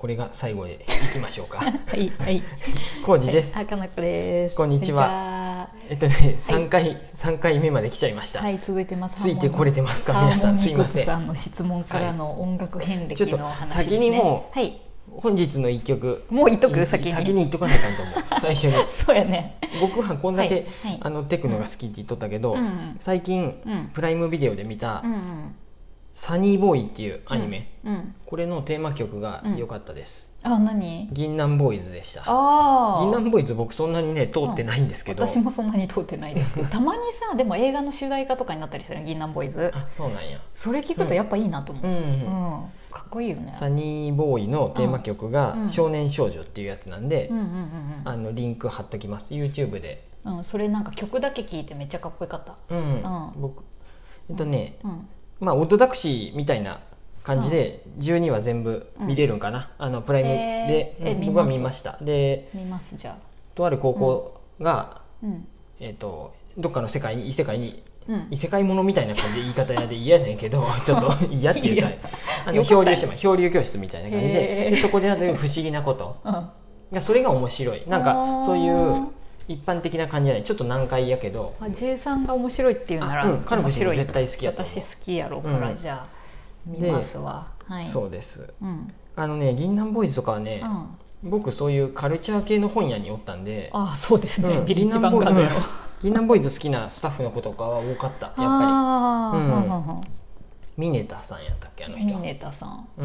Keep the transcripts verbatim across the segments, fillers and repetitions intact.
これが最後でいきましょうか。 はいはい。 コウジです。 はい、かなこです。 こんにちは。えっとね、三回三回目まで来ちゃいました。 はい、続いてます。 ついてこれてますか皆さん、すいません。 さんの質問からの音楽遍歴の話ですね。 先にもう、 はい。 本日の一曲もう言っとく先に先に言っとかないかんと思う。最初に。 そうやね。 僕はこんだけ、 はいはい、 あのテクノが好きって言っとったけど、 うんうん、 最近、うん、プライムビデオで見た、 うんうん、 サニーボーイっていうアニメ、 うんうん、これのテーマ曲が良かったです。 うん、あ、何？ 銀杏ボーイズでした。 あ、 銀杏ボーイズ僕そんなにね通ってないんですけど、 うん、私もそんなに通ってないですけどたまにさ、でも映画の主題歌とかになったりする銀杏ボーイズ。 あ、そうなんや。 それ聞くとやっぱいいなと思う、うんうんうん、かっこいいよね。 サニーボーイのテーマ曲が少年少女っていうやつなんで、あのリンク貼っときます YouTube で、 うん、それなんか曲だけ聴いてめっちゃかっこよかった。 うん、うん、僕えっとね、 うん、まあオッドタクシーみたいな感じでじゅうにわ全部見れるんかな、うん、あのプライムで、えーうん、僕は見ました。で、 見ますじゃあ。 とある高校が、 うん、 えーと、どっかの世界に異世界に、 うん、 異世界ものみたいな感じで言い方やで嫌やねんけどちょっと嫌って言ったらあの漂流して漂流教室みたいな感じ で, でそこである不思議なことが、それが面白い。なんかそういう一般的な感じじゃない、ちょっと難解やけど、 あ J さんが面白いっていうなら、うん、 彼も絶対好きやと思う。 私好きやろから、うん、じゃあ見ますわ。はい、 そうです、 うん、 あのね銀杏ボーイズとかはね、うん、僕そういうカルチャー系の本屋におったんで。 ああ、そうですね、うん、ビリッジヴァンガードやろ。 銀杏ボーイズ好きなスタッフの子とかは多かったやっぱり。あ、うん、ミネタさんやったっけあの人。 ミネタさん、うん、うん、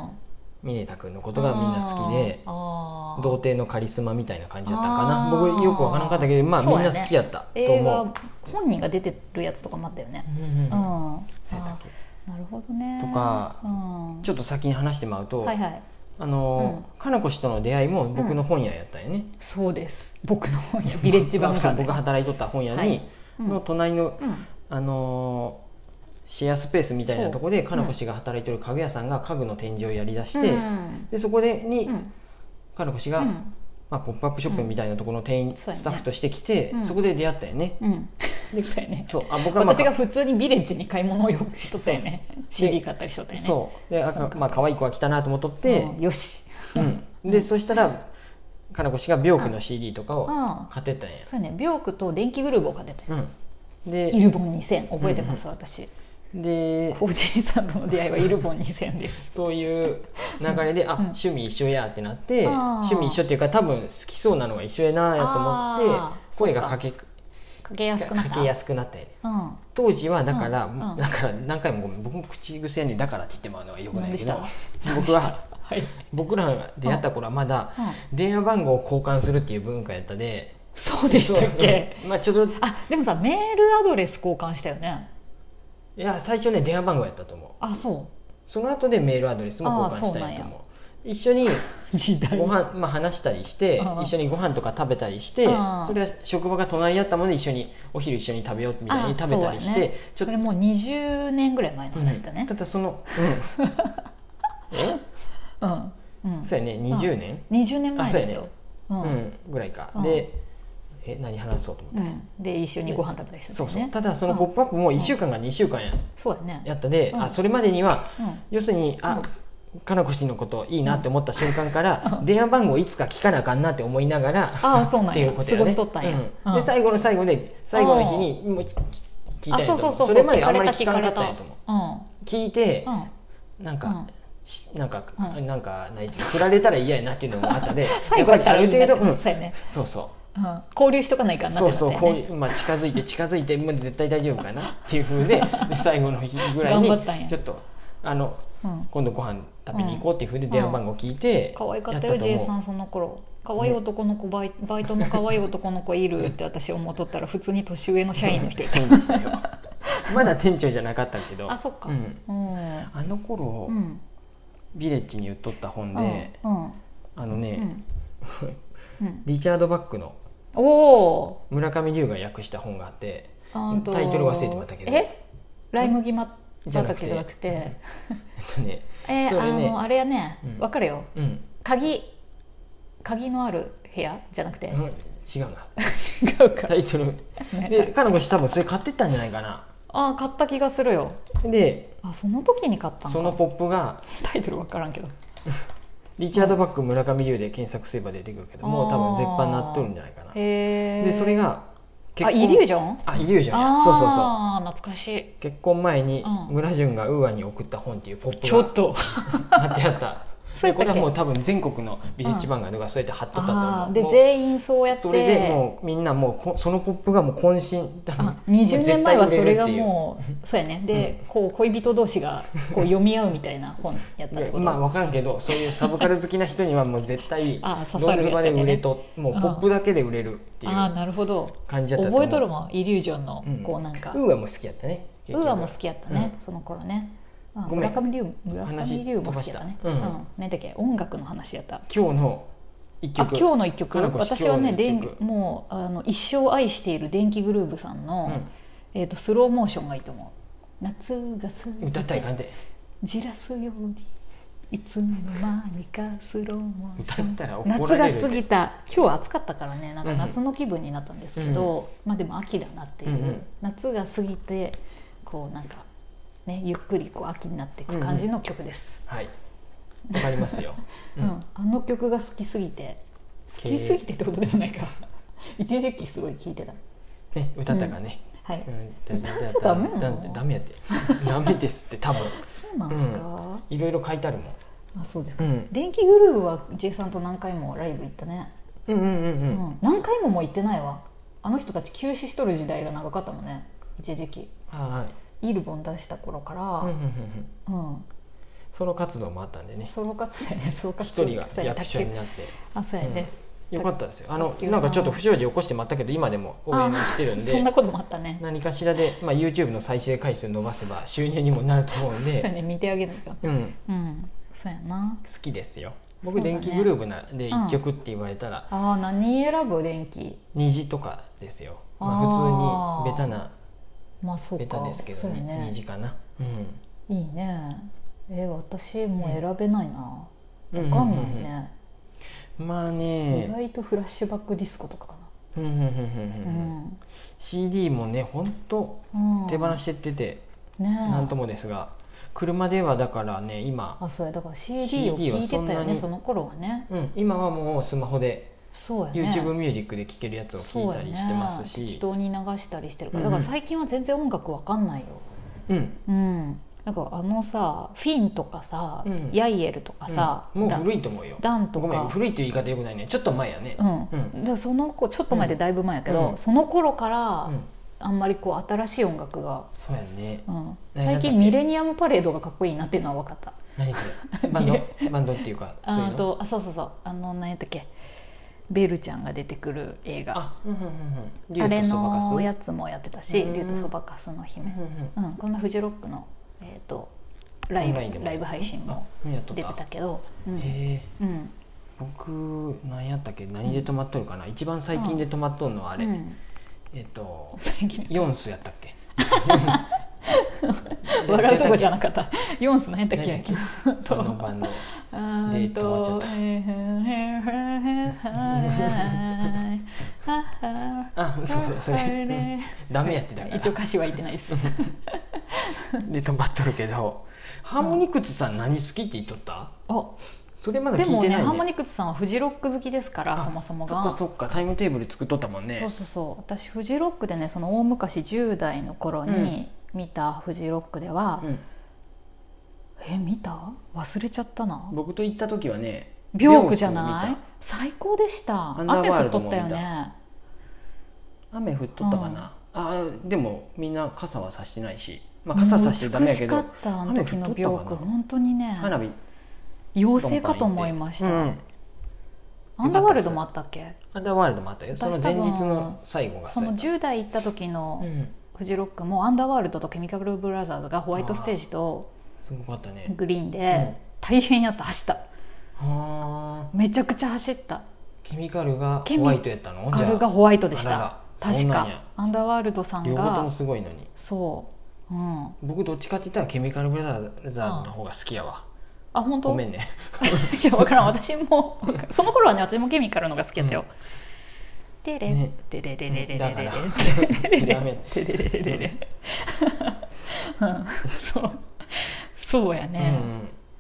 ミネタ君のことがみんな好きで、童貞のカリスマみたいな感じだったかな。僕よく分からなかったけど、まあ、みんな好きやったと思う。 映画本人が出てるやつとかもあったよね。うん、うん、 そうだっけ。 なるほどね。 とか、うん、ちょっと先に話してまうと、はいはい、あの、うん、かなこ氏との出会いも僕の本屋やったよね、うん、 そうです、僕の本屋ビレッジヴァンガード。 僕が働いとった本屋に、はい、うん、の隣の、うん、あのシェアスペースみたいなところでかなこ氏が働いてる家具屋さんが家具の展示をやりだして、うん、でそこでに、うん、かなこ氏が、うん、まあ、ポップアップショップみたいなところの店員、うん、スタッフとして来て、うん、そこで出会ったよね、うん、でそうやね。そう、あ、僕は、まあ、 私が普通にビレッジに買い物をよくしとったよね。シーディー 買ったりしとったよね。 そうで、あ、まあ、可愛い子が来たなと思っとって、 うん、よし、 うん、でそしたらかなこ氏がビョークの シーディー とかを買ってったんや。 そうやね、ビョークと電気グルーヴを買ってたよ、うん、でイルボンにせん覚えてます、うん、私でコージーさんとの出会いはイルボンにせんです。 そういう流れで、うん、あ、趣味一緒やってなって、うん、趣味一緒っていうか多分好きそうなのが一緒やなやと思って声がかけかけやすくなったかけやすくなったよね、うん、当時はだから、うんうん、だから何回もごめん、僕も口癖やねんだからって言ってもらうのはよくないけど、僕は、はい、僕らが出会った頃はまだ電話番号を交換するっていう文化やったで。 そうでしたっけ、 うん、まあ、ちょっとあ、でもさメールアドレス交換したよね。 いや最初ね電話番号やったと思う。 あ、そう。 その後でメールアドレスも交換したいと思う。一緒にご飯、まあ、話したりして一緒にご飯とか食べたりして、それは職場が隣だったので一緒にお昼一緒に食べようみたいに食べたりして、ね、 それもうにじゅうねんぐらい前の話だね、 うん、ただその、うん、え、うんうん、そうやねにじゅうねん、うん、 にじゅうねんまえですよ、 うんうん、ぐらいか、うん、でえ何話そうと思って、うん、 で一緒にご飯食べたりしてたよね。 そうそう、ただそのポップアップもいっしゅうかんがにしゅうかんや、うん、 そうだね、 やったで、うん、あそれまでには、うん、要するにあ、うん、かなこ氏のこといいなって思った瞬間から、うん、電話番号いつか聞かなあかんなって思いながら、 ああそうなんや、 っていうことやね、 過ごしとったんや、 うん、で最後の最後で最後の日にもう聞いたんやと思う。それまであんまり聞かなかったんやと思う、うん、聞いて、うん、なんか、うんなんか、うん、なんかない振られたら嫌やなっていうのもあったで最後だからある程度、 うん、 そうやね、 そうそう、 うん、交流しとかないかなってなって、ね、 そうそう、こう、まあ、近づいて近づいてもう絶対大丈夫かなっていう風でで最後の日ぐらいにちょっとあの、うん、今度ご飯食べに行こうっていう風で電話番号聞いて、 可愛かったよ J さんその頃。可愛い男の子、バイ、バイトの可愛い男の子いるって私思っとったら普通に年上の社員の人いたんですよまだ店長じゃなかったけど、 あ、そっか、うん、 あの頃、うん、ビレッジに売っとった本で、うん、あのね、うん、リチャード・バックの村上龍が訳した本があって、タイトル忘れてまったけど、 えライ麦畑じゃなくてえっとね、 えー、それね、あのあれやね、うん、分かるよ、うん、鍵鍵のある部屋じゃなくて、うん、 違うな違うかタイトルでかなこ氏多分それ買ってったんじゃないかな。 あ、買った気がするよ。 で、 あ、その時に買ったんか。 そのポップがタイトル分からんけどリチャード・バック村上龍で検索すれば出てくるけど、もう多分絶版になっとるんじゃないかな。 へでそれがあイリュージョンあイリュージョンやそうそうそうあ懐かしい。 結婚前に村淳がウーアに送った本っていうポップがちょっと貼ってあったでこれはもう多分全国のビレッジヴァンガードがそうやって貼っとったと思う、 うん、で全員そうやってそれでもうみんなもうそのポップがもう渾身あにじゅうねんまえはそれがもうそうやねで、うん、こう恋人同士がこう読み合うみたいな本やったってことまあ分からんけどそういうサブカル好きな人にはもう絶対ドンズバで売れと、ね、もうポップだけで売れるっていう感じだったと思う。 覚えとるもんイリュージョンのこうなんか、 うん、ウーアも好きやったね。 ウーアも好きやったね、うん、その頃ね。村上龍村上龍も好きだね。うん。何だっけ音楽の話やった。 今日の一曲。 あ今日の一曲。私はね電もうあの一生愛している電気グルーヴさんの、うん、えっとスローモーションがいいと思う。夏が過ぎて歌ったらいかんで。 じらすようにいつの間にかスローモーション。 歌ったら怒られる。 夏が過ぎた。今日は暑かったからねなんか夏の気分になったんですけど、うん、まあでも秋だなっていう、うんうん、夏が過ぎてこうなんか。ね、ゆっくりこう秋になっていく感じの曲です、 うんうん、はいわかりますよ、 うんうん、あの曲が好きすぎて好きすぎてってことでもないか一時期すごい聴いてたね歌ったからね、 うん、はい、 うん、歌っちゃダメなのダメやってダメですって多分そうなんですか、 うん、いろいろ書いてあるもん。 あそうですか、うん、電気グルーヴは J さんと何回もライブ行ったね。 うんうんうんうん、うん、 何回ももう行ってないわ。あの人たち休止しとる時代が長かったもんね一時期。 はいイルボン出した頃から、うんうんうん、ソロ活動もあったんでね。 ソロ活動ね、ソロ活動一人が役者になって、 あそうやね、 うん、よかったですよ。あのなんかちょっと不祥事起こしてもあったけど今でも応援してるんで、 そんなこともあったね。 何かしらで、まあ、YouTube の再生回数伸ばせば収入にもなると思うんで、 そうやね見てあげないと。うん、うん、そうやな。 好きですよ。僕、ね、電気グルーヴなで一曲って言われたら、 うん、あ何選ぶ電気？ 虹とかですよ。まあ、普通にベタな。 まあそうか、 ベタですけどね、ね虹かな、 うん、いいね。え私もう選べないな、うん、分かんないね、 うんうんうんうん、まあね意外とフラッシュバックディスコとかかな、 うんうんうんうん、シーディー もねほんと手放してってて、うん、ね、なんともですが車ではだからね今あそうやだから シーディー を聴いてたよねその頃はね、 うん、今はもうスマホでそうやね、 YouTube ミュージックで聴けるやつを聴いたりしてますし、 ね、適当に流したりしてるから、だから最近は全然音楽わかんないよ。うん、うん、なんかあのさフィンとかさ、うん、ヤイエルとかさ、 うん、もう古いと思うよ。 ダンとかごめん古いっていう言い方よくないね、ちょっと前やね。 うんうん、でその子ちょっと前でだいぶ前やけど、うん、その頃から、うん、あんまりこう新しい音楽がそうやね、 うん、最近ミレニアムパレードがかっこいいなっていうのは分かった。 何それバンドバンドっていうかそういうの？ あとあそうそうそうあの何やったっけベルちゃんが出てくる映画 あ,、うんうんうん、あれのやつもやってたし、うん、竜とそばかすの姫、うんうん、この前フジロックの、えー、とライブ、ライブ配信も出てたけど、うん、へー、うん、僕何やったっけ何で止まっとるかな、うん、一番最近で止まっとるのはあれ、うん、えっ、ー、とヨンスやったっけ笑うとこじゃなかった。ヨンス何やったっけあのバンドで止まっちゃったあ、そうそうそれダメやってだから一応歌詞は言ってないですで止まっとるけど、ハーモニクツさん何好きって言っとった？あそれまだ聞いてないね。 でもねハーモニクツさんはフジロック好きですからそもそもが。 そっかそっかタイムテーブル作っとったもんね。 そうそうそう私フジロックでねその大昔じゅう代の頃に見たフジロックでは、うん、え見た忘れちゃったな。 僕と行った時はねビョークじゃない？最高でした。雨降っとったよね。 雨降っとったかな、うん、あでもみんな傘は差してないし、まあ、傘差してダメやけど美しかったあの時のビョーク本当にね花火妖精かと思いました、うん、アンダーワールドもあったっけ？ アンダーワールドもあったよ。その前日の最後がそのじゅう代行った時のフジロックもアンダーワールドとケミカルブラザーズがホワイトステージとグリーンで大変やった。走ったはめちゃくちゃ走った。 ケミカルがホワイトやったの？ ケミカルがホワイトでした。確かアンダーワールドさんが両方ともすごいのにそう、うん、 僕どっちかって言ったらケミカルブラザーズの方が好きやわ。 あ本当？ ごめんねいや分からん私もその頃はね私もケミカルのが好きやったよ。テレテレレレレレレレレテレレレレレそうそうやね。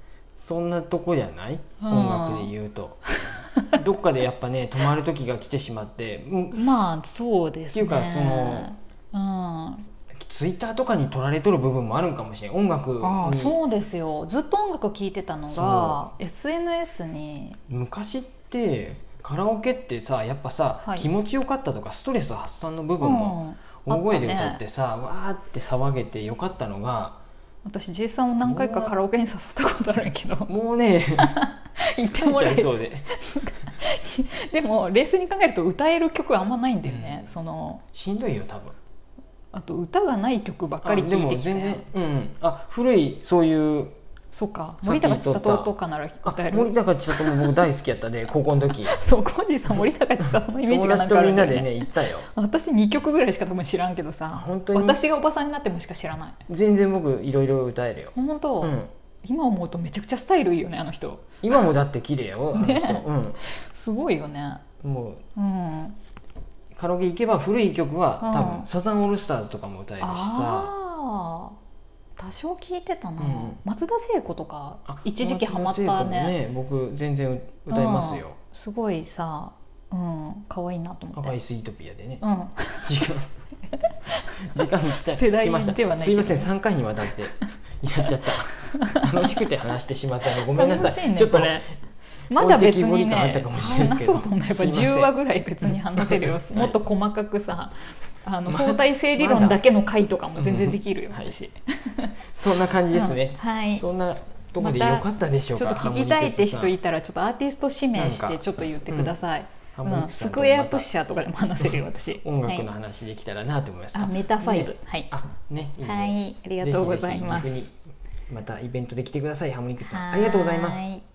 そんなとこじゃない？音楽で言うとどっかでやっぱね止まる時が来てしまって、 まあそうですね。 っていうかその、うん、ツイッターとかに取られとる部分もあるんかもしれん。音楽に。 ああそうですよ。ずっと音楽聴いてたのが エスエヌエス に。 昔ってカラオケってさやっぱさ、はい、気持ちよかったとかストレス発散の部分も大声で歌ってさ、うんね、わーって騒げてよかったのが、 私 J さんを何回かカラオケに誘ったことあるんやけど、 もうね言ってもらえそうででも冷静に考えると歌える曲はあんまないんだよね、うん、そのしんどいよ多分。 あと歌がない曲ばっかり聴いてきて、 でも全然、うん、あ古いそういうそうか、森高千里とかなら歌える。 森高千里も僕大好きやったで高校の時そうコージーさん森高千里のイメージがなんかあるんだよね。 友達とみんなでね行ったよ。 私にきょくぐらいしか多分知らんけどさ、本当に私がおばさんになってもしか知らない。 全然僕いろいろ歌えるよ。 本当、うん、今思うとめちゃくちゃスタイルいいよねあの人。 今もだって綺麗よあの人、 ね、 うん、 すごいよね。 もう、 うん、 カラオケ行けば古い曲は多分、うん、サザンオールスターズとかも歌えるしさ。 あ多少聞いてたな、うん、松田聖子とか一時期ハマったね。 ね僕全然歌いますよ、 うん、すごいさ、うん、可愛いなと思って。 赤いスイートピアでね、 うん、 時間時間来た世代ではない。 すいませんさんかいにわたってやっちゃった楽しくて話してしまったのでごめんなさい。 楽しいね、 ちょっとねまだ別にね話そうと思えばじゅうわぐらい別に話せるよもっと細かくさあの相対性理論だけの回とかも全然できるよ、まうん、私そんな感じですね、 うん、はい、 そんなとこでよかったでしょうか。 またちょっと聞きたいって人いたらちょっとアーティスト指名してちょっと言ってください。うんうん、スクエアプッシャーとかでも話せるよ私音楽の話できたらなと思います、 はい、あメタファイブ、ね、はい、 あねいいね、 はい、ありがとうございます。 ぜひぜひまたイベントで来てください。ハモニクスさんありがとうございます。